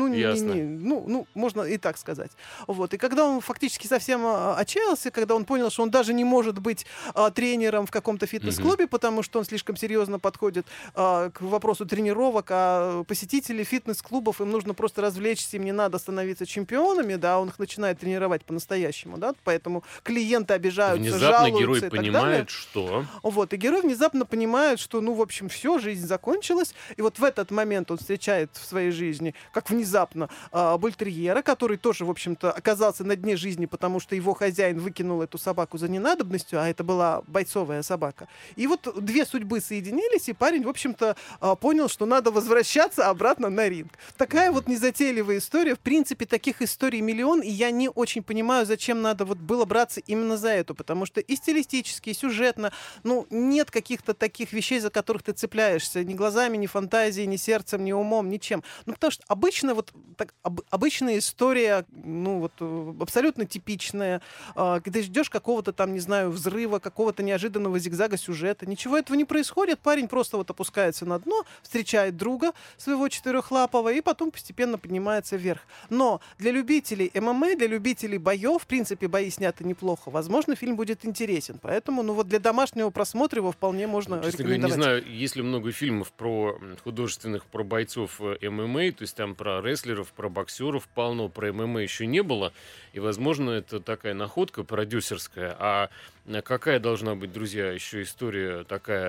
Ну, можно и так сказать. Вот. И когда он фактически совсем отчаялся, когда он понял, что он даже не может быть тренером в каком-то фитнес-клубе, потому что он слишком серьезно подходит к вопросу тренировок, а посетители фитнес-клубов, им нужно просто развлечься, им не надо становиться чемпионами, да, он их начинает тренировать по-настоящему, да, поэтому клиенты обижаются, внезапно жалуются герой и так понимает, далее. что... Вот, и герой внезапно понимает, что, ну, в общем, все, жизнь закончилась, и вот в этот момент он встречает в своей жизни, как внезапно, бультерьера, который тоже, в общем-то, оказался на дне жизни, потому что его хозяин выкинул эту собаку за ненадобностью, а это была бойцовая собака. И вот две судьбы соединились, и парень, в общем-то, понял, что надо возвращаться обратно на ринг. Такая вот незатейливая история. В принципе, таких историй миллион, и я не очень понимаю, зачем надо вот было браться именно за эту, потому что и стилистически, и сюжетно, ну, нет каких-то таких вещей, за которых ты цепляешься ни глазами, ни фантазией, ни сердцем, ни умом, ничем. Ну, потому что обычно вот так, обычная история, ну, вот абсолютно типичная. Когда ждешь какого-то там, не знаю, взрыва, какого-то неожиданного зигзага сюжета. Ничего этого не происходит. Парень просто вот опускается на дно, встречает друга своего четырехлапого и потом постепенно поднимается вверх. Но для любителей ММА, для любителей боев, в принципе, бои сняты неплохо. Возможно, фильм будет интересен. Поэтому, ну вот для домашнего просмотра его вполне можно Честно говоря, не рекомендовать. знаю, есть ли много фильмов про художественных, про бойцов ММА, то есть там про рестлеров, про боксеров полно, про ММА еще не было, и, возможно, это такая находка продюсерская. А какая должна быть, друзья, еще история такая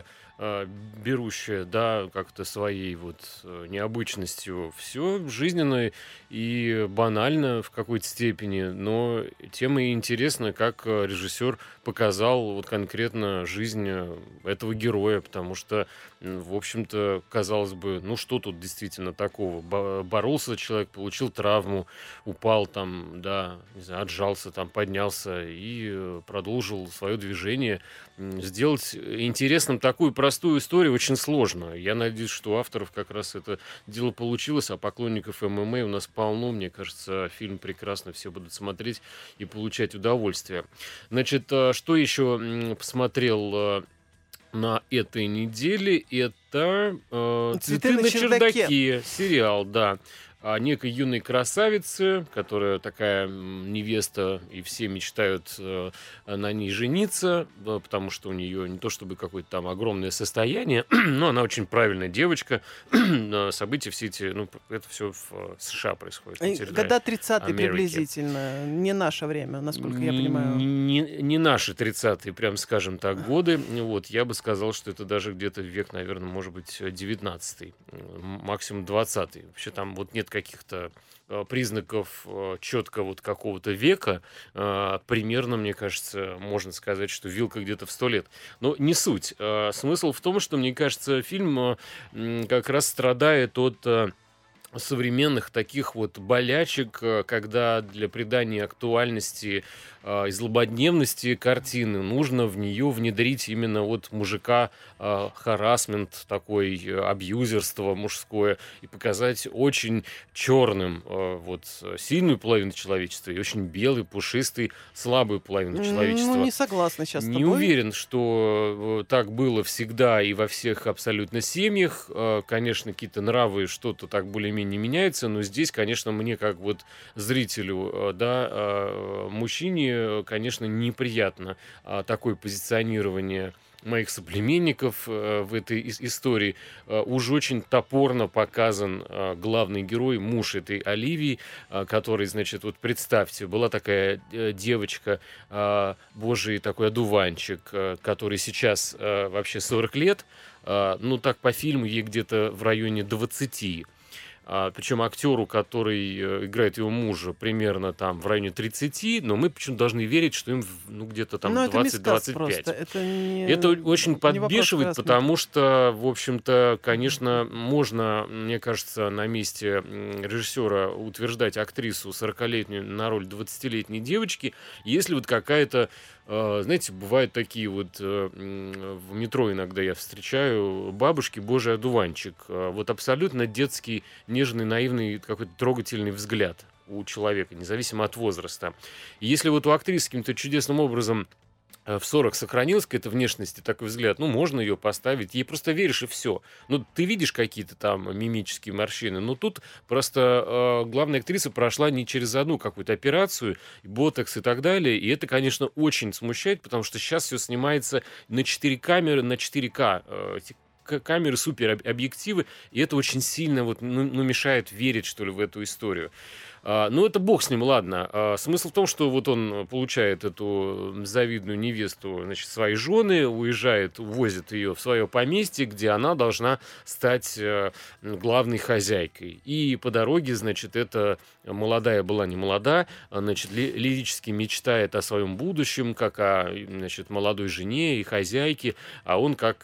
берущая, да, как-то своей вот необычностью. Все жизненно и банально в какой-то степени, но тема и интересна, как режиссер показал вот конкретно жизнь этого героя, потому что, в общем-то, казалось бы, ну что тут действительно такого? Боролся человек, получил травму, упал там, да, не знаю, отжался там, поднялся и продолжил свое движение. Сделать интересным такую простую историю очень сложно. Я надеюсь, что у авторов как раз это дело получилось, а поклонников ММА у нас полно. Мне кажется, фильм прекрасно, все будут смотреть и получать удовольствие. Значит, что еще посмотрел на этой неделе? Это «Цветы на чердаке». Сериал, да. О некой юной красавице, которая такая невеста, и все мечтают на ней жениться, потому что у нее не то чтобы какое-то там огромное состояние, но она очень правильная девочка. События все эти, ну, это все в США происходит. Года 30-е приблизительно, не наше время, насколько я понимаю. Не наши 30-е, прям скажем так, годы. Вот, я бы сказал, что это даже где-то век, наверное, может быть, 19-й, максимум 20-й. Вообще там вот нет каких-то признаков четко вот какого-то века. Примерно, мне кажется, можно сказать, что вилка где-то в 100 лет. Но не суть. Смысл в том, что, мне кажется, фильм как раз страдает от современных таких вот болячек, когда для придания актуальности и злободневности картины нужно в нее внедрить именно вот мужика харассмент такой, абьюзерство мужское, и показать очень черным вот сильную половину человечества и очень белый, пушистый, слабую половину человечества. Ну, не согласна сейчас с тобой. Не уверен, что так было всегда и во всех абсолютно семьях. Конечно, какие-то нравы, что-то так более-менее меняется, но здесь, конечно, мне как вот зрителю, да, мужчине, конечно, неприятно такое позиционирование моих соплеменников в этой истории. Уж очень топорно показан главный герой, муж этой Оливии, который, значит, вот представьте, была такая девочка, божий такой одуванчик, который сейчас вообще 40 лет, ну так по фильму ей где-то в районе 20. Причем актеру, который играет его мужа, примерно там в районе 30, но мы почему-то должны верить, что им ну, где-то там 20-25. Это очень подбешивает, потому что, в общем-то, конечно, можно, мне кажется, на месте режиссера утверждать актрису 40-летнюю на роль 20-летней девочки, если вот какая-то, знаете, бывают такие вот в метро иногда я встречаю бабушки, божий одуванчик, вот абсолютно детский, нежный, наивный, какой-то трогательный взгляд у человека, независимо от возраста. И если вот у актрисы каким-то чудесным образом в 40 сохранилась какая-то внешность и такой взгляд, ну, можно ее поставить, ей просто веришь, и все. Ну, ты видишь какие-то там мимические морщины, но тут просто главная актриса прошла не через одну какую-то операцию, ботокс и так далее, и это, конечно, очень смущает, потому что сейчас все снимается на 4 камеры, на 4К, камеры, супер объективы, и это очень сильно вот, ну, мешает верить, что ли, в эту историю. Ну, это бог с ним, ладно. Смысл в том, что вот он получает эту завидную невесту, значит, своей жены, уезжает, увозит ее в свое поместье, где она должна стать главной хозяйкой. И по дороге, значит, эта молодая была не молода, значит, лирически мечтает о своем будущем, как о, значит, молодой жене и хозяйке, а он как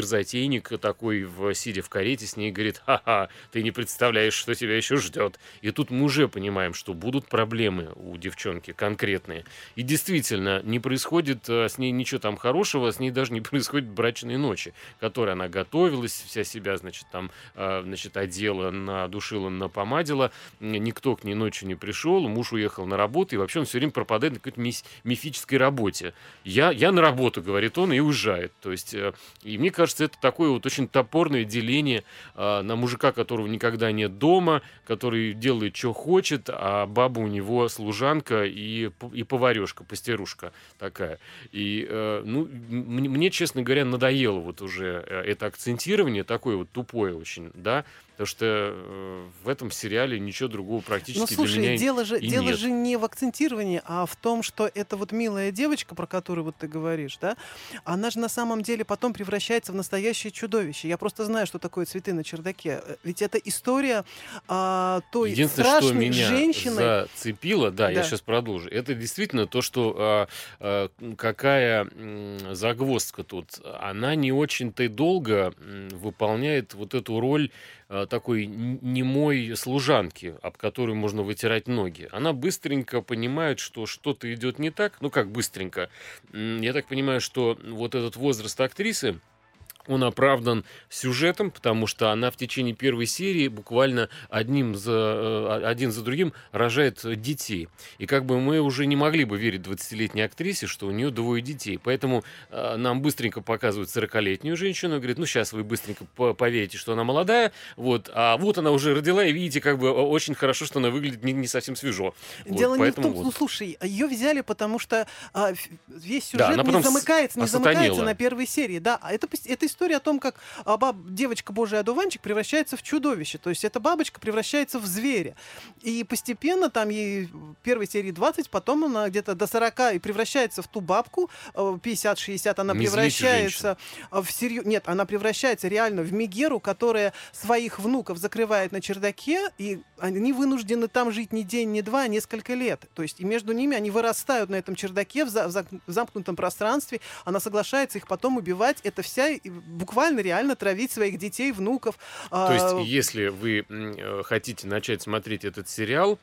вампир-затейник такой, сидя в карете с ней, говорит: ха-ха, ты не представляешь, что тебя еще ждет. И тут мы уже понимаем, что будут проблемы у девчонки конкретные. И действительно, не происходит с ней ничего там хорошего, с ней даже не происходит брачной ночи, к которой она готовилась, вся себя, значит, там, значит, одела, надушила, напомадила. Никто к ней ночью не пришел, муж уехал на работу, и вообще он все время пропадает на какой-то мифической работе. Я на работу, говорит он, и уезжает. То есть, и мне кажется, это такое вот очень топорное деление на мужика, которого никогда нет дома, который делает, что хочет, а баба у него служанка и поварешка, пастерушка такая. И, ну, мне, честно говоря, надоело вот уже это акцентирование, такое вот тупое очень, да, потому что в этом сериале ничего другого практически слушай, для меня дело и нет. же не в акцентировании, а в том, что эта вот милая девочка, про которую вот ты говоришь, да, она же на самом деле потом превращается в настоящее чудовище. Я просто знаю, что такое «Цветы на чердаке». Ведь это история той Единственное, что страшной меня женщины. зацепило, да, я Да. сейчас продолжу, это действительно то, что какая загвоздка тут. Она не очень-то и долго выполняет вот эту роль такой немой служанки, об которую можно вытирать ноги. Она быстренько понимает, что что-то идет не так. Ну, как быстренько? Я так понимаю, что вот этот возраст актрисы, он оправдан сюжетом, потому что она в течение первой серии буквально один за другим рожает детей. И как бы мы уже не могли бы верить 20-летней актрисе, что у нее 2 детей. Поэтому нам быстренько показывают 40-летнюю женщину и говорит, ну сейчас вы быстренько поверите, что она молодая, вот, а вот она уже родила, и видите, как бы очень хорошо, что она выглядит не совсем свежо. Дело Вот, не в том, поэтому ну слушай, ее взяли, потому что весь Да, сюжет она не потом замыкается осатанела. на первой серии. Да, а это история о том, как девочка Божий одуванчик превращается в чудовище. То есть эта бабочка превращается в зверя. И постепенно там ей в первой серии 20, потом она где-то до 40 и превращается в ту бабку, 50-60 она Не злите превращается Нет, она превращается реально в Мегеру, которая своих внуков закрывает на чердаке, и они вынуждены там жить не день, не два, а несколько лет. То есть и между ними они вырастают на этом чердаке в замкнутом пространстве. Она соглашается их потом убивать. Это вся буквально реально травить своих детей, внуков. То есть, если вы хотите начать смотреть этот сериал,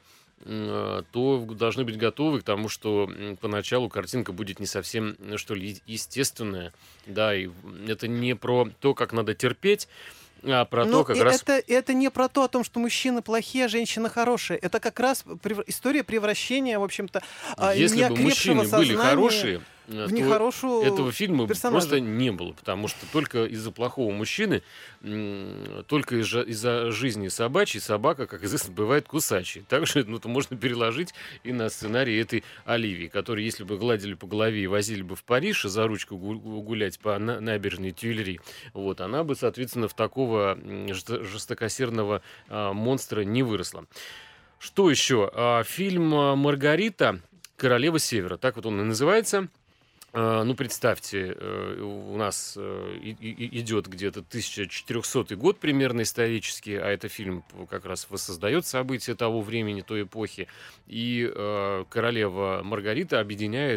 то должны быть готовы к тому, что поначалу картинка будет не совсем, что ли, естественная. Да, и это не про то, как надо терпеть, а про то, как раз... Это не про то, о том, что мужчины плохие, а женщины хорошие. Это как раз история превращения, в общем-то, Если бы неокрепшего мужчины были сознания хорошие, в то нехорошую этого фильма персонажа. просто не было, потому что только из-за плохого мужчины, только из-за жизни собачьей, собака, как известно, бывает кусачей. Также это можно переложить и на сценарий этой Оливии, которую, если бы гладили по голове и возили бы в Париж за ручку гулять по набережной Тюильри, вот, она бы, соответственно, в такого жестокосердного монстра не выросла. Что еще? Фильм «Маргарита. Королева Севера». Так вот он и называется. Ну, представьте, у нас идет где-то 1400 год примерно исторически, а это фильм как раз воссоздает события того времени, той эпохи. И королева Маргарита объединяет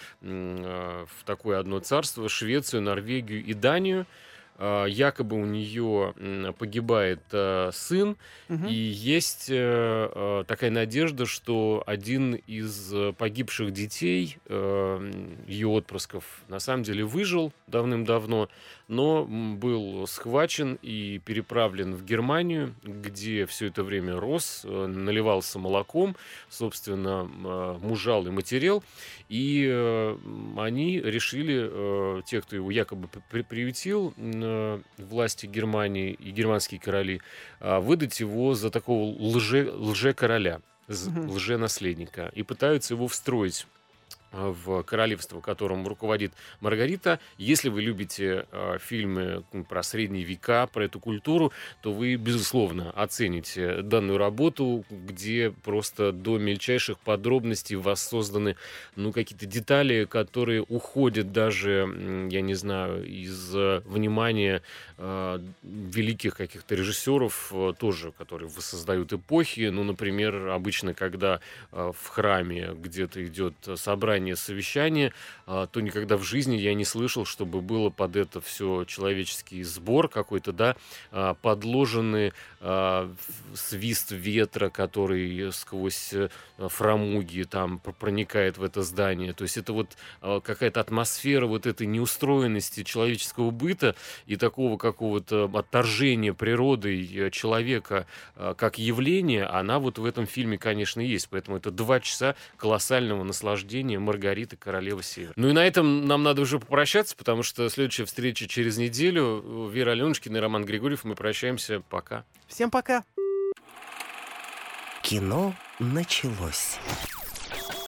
в такое одно царство Швецию, Норвегию и Данию. Якобы у нее погибает сын, и есть такая надежда, что один из погибших детей, ее отпрысков, на самом деле выжил давным-давно, но был схвачен и переправлен в Германию, где все это время рос, наливался молоком, собственно, мужал и матерел, и они решили, те, кто его якобы приютил, власти Германии и германские короли, выдать его за такого лже-короля, лже-наследника, и пытаются его встроить в королевство, которым руководит Маргарита. Если вы любите фильмы про средние века, про эту культуру, то вы, безусловно, оцените данную работу, где просто до мельчайших подробностей воссозданы какие-то детали, которые уходят даже, я не знаю, из внимания великих каких-то режиссеров тоже, которые воссоздают эпохи. Ну, например, обычно, когда в храме где-то идет собрание заседания, совещания, то никогда в жизни я не слышал, чтобы было под это все человеческий сбор какой-то, да, подложенный свист ветра, который сквозь фрамуги там проникает в это здание. То есть это вот какая-то атмосфера вот этой неустроенности человеческого быта и такого какого-то отторжения природой человека как явление, она вот в этом фильме, конечно, есть. Поэтому это 2 часа колоссального наслаждения Маргариты, королевы Севера. Ну и на этом нам надо уже попрощаться, потому что следующая встреча через неделю. Вера Аленушкина и Роман Григорьев. Мы прощаемся. Пока. Всем пока. Кино началось.